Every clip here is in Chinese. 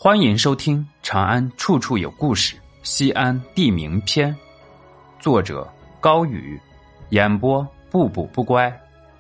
欢迎收听《长安处处有故事·西安地名篇》，作者高宇，演播不补不乖。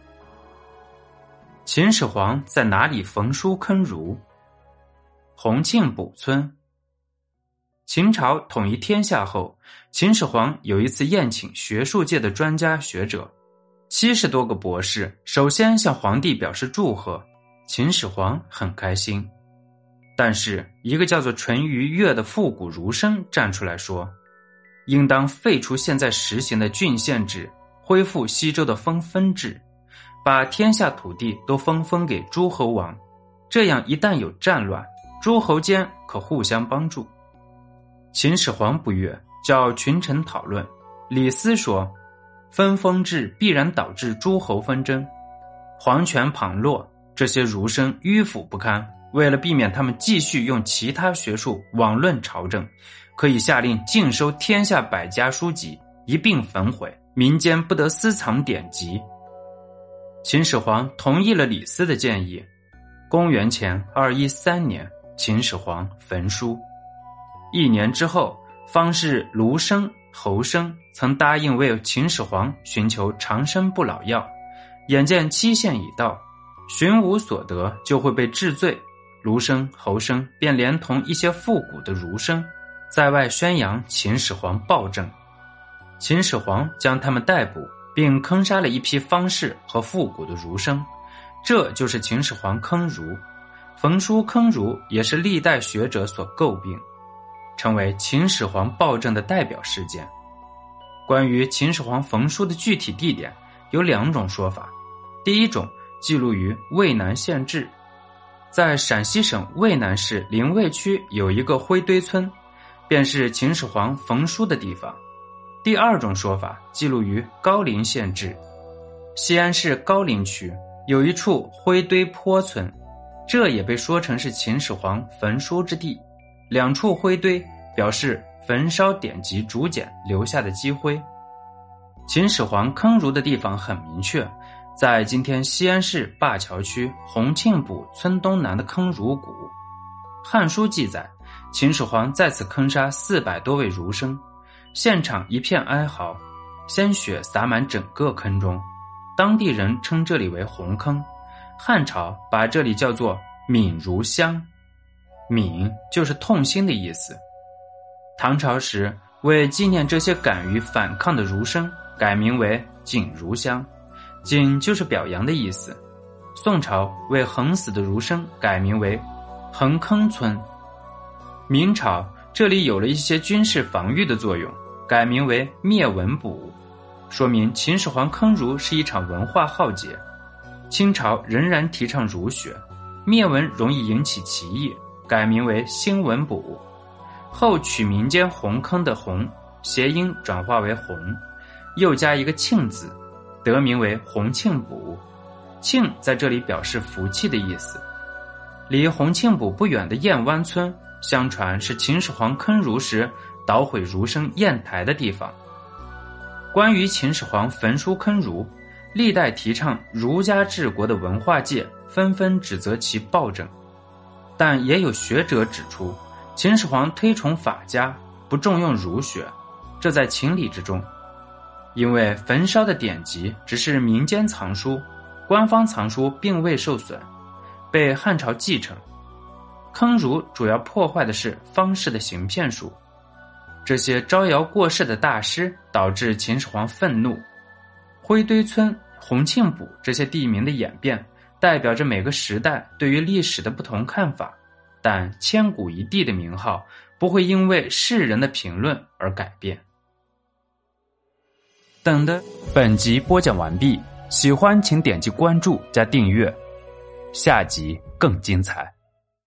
秦始皇在哪里焚书坑儒？洪庆堡村。秦朝统一天下后，秦始皇有一次宴请学术界的专家学者，70多个博士首先向皇帝表示祝贺，秦始皇很开心。但是一个叫做淳于越的复古儒生站出来说，应当废除现在实行的郡县制，恢复西周的分封制，把天下土地都分给诸侯王，这样一旦有战乱，诸侯间可互相帮助。秦始皇不悦，叫群臣讨论。李斯说，分封制必然导致诸侯纷争，皇权旁落，这些儒生迂腐不堪，为了避免他们继续用其他学术妄论朝政，可以下令禁收天下百家书籍，一并焚毁，民间不得私藏典籍。秦始皇同意了李斯的建议。公元前213年，秦始皇焚书。1年之后，方士卢生、侯生曾答应为秦始皇寻求长生不老药，眼见期限已到，寻无所得，就会被治罪。卢生、侯生便连同一些复古的儒生，在外宣扬秦始皇暴政。秦始皇将他们逮捕，并坑杀了一批方士和复古的儒生，这就是秦始皇坑儒。焚书坑儒也是历代学者所诟病，成为秦始皇暴政的代表事件。关于秦始皇焚书的具体地点有2种说法。第一种记录于渭南县志，在陕西省渭南市临渭区有一个灰堆村，便是秦始皇焚书的地方。第2种说法记录于高陵县志，西安市高陵区有一处灰堆坡村，这也被说成是秦始皇焚书之地。2处灰堆表示焚烧典籍竹简留下的积灰。秦始皇坑儒的地方很明确，在今天西安市灞桥区洪庆堡村东南的坑儒谷。汉书记载，秦始皇在此坑杀400多位儒生，现场一片哀嚎，鲜血洒满整个坑中，当地人称这里为洪坑。汉朝把这里叫做悯儒乡，悯就是痛心的意思。唐朝时为纪念这些敢于反抗的儒生，改名为景儒乡，景就是表扬的意思。宋朝为横死的儒生改名为横坑村。明朝这里有了一些军事防御的作用，改名为灭文堡，说明秦始皇坑儒是一场文化浩劫。清朝仍然提倡儒学，灭文容易引起歧义，改名为兴文堡，后取民间洪坑的洪谐音转化为洪，又加一个庆字，得名为洪庆堡。庆在这里表示福气的意思。离洪庆堡不远的燕湾村，相传是秦始皇坑儒时捣毁儒生砚台的地方。关于秦始皇焚书坑儒，历代提倡儒家治国的文化界纷纷指责其暴政，但也有学者指出，秦始皇推崇法家，不重用儒学，这在情理之中。因为焚烧的典籍只是民间藏书，官方藏书并未受损，被汉朝继承。坑儒主要破坏的是方士的行骗术，这些招摇过市的大师导致秦始皇愤怒。灰堆村、洪庆堡这些地名的演变，代表着每个时代对于历史的不同看法，但千古一帝的名号不会因为世人的评论而改变。本集播讲完毕，喜欢请点击关注加订阅，下集更精彩。